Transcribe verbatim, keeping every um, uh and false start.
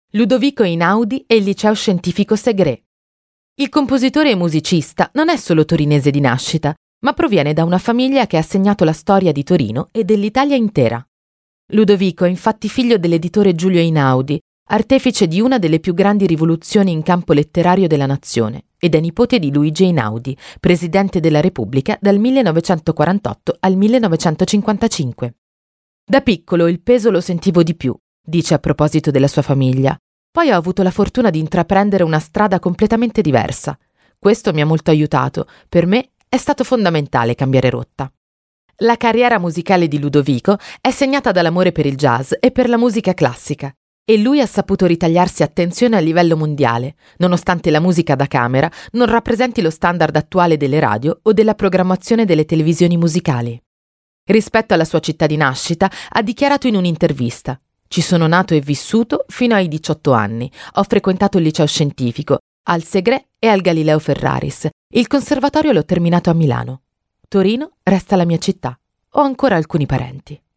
Ludovico Einaudi e il Liceo Scientifico Segré. Il compositore e musicista non è solo torinese di nascita, ma proviene da una famiglia che ha segnato la storia di Torino e dell'Italia intera. Ludovico è infatti figlio dell'editore Giulio Einaudi, artefice di una delle più grandi rivoluzioni in campo letterario della nazione, ed è nipote di Luigi Einaudi, presidente della Repubblica dal millenovecentoquarantotto al millenovecentocinquantacinque. Da piccolo il peso lo sentivo di più, dice a proposito della sua famiglia. Poi ho avuto la fortuna di intraprendere una strada completamente diversa. Questo mi ha molto aiutato. Per me è stato fondamentale cambiare rotta. La carriera musicale di Ludovico è segnata dall'amore per il jazz e per la musica classica. E lui ha saputo ritagliarsi attenzione a livello mondiale, nonostante la musica da camera non rappresenti lo standard attuale delle radio o della programmazione delle televisioni musicali. Rispetto alla sua città di nascita, ha dichiarato in un'intervista: «Ci sono nato e vissuto fino ai diciotto anni. Ho frequentato il liceo scientifico, al Segré e al Galileo Ferraris. Il conservatorio l'ho terminato a Milano. Torino resta la mia città. Ho ancora alcuni parenti».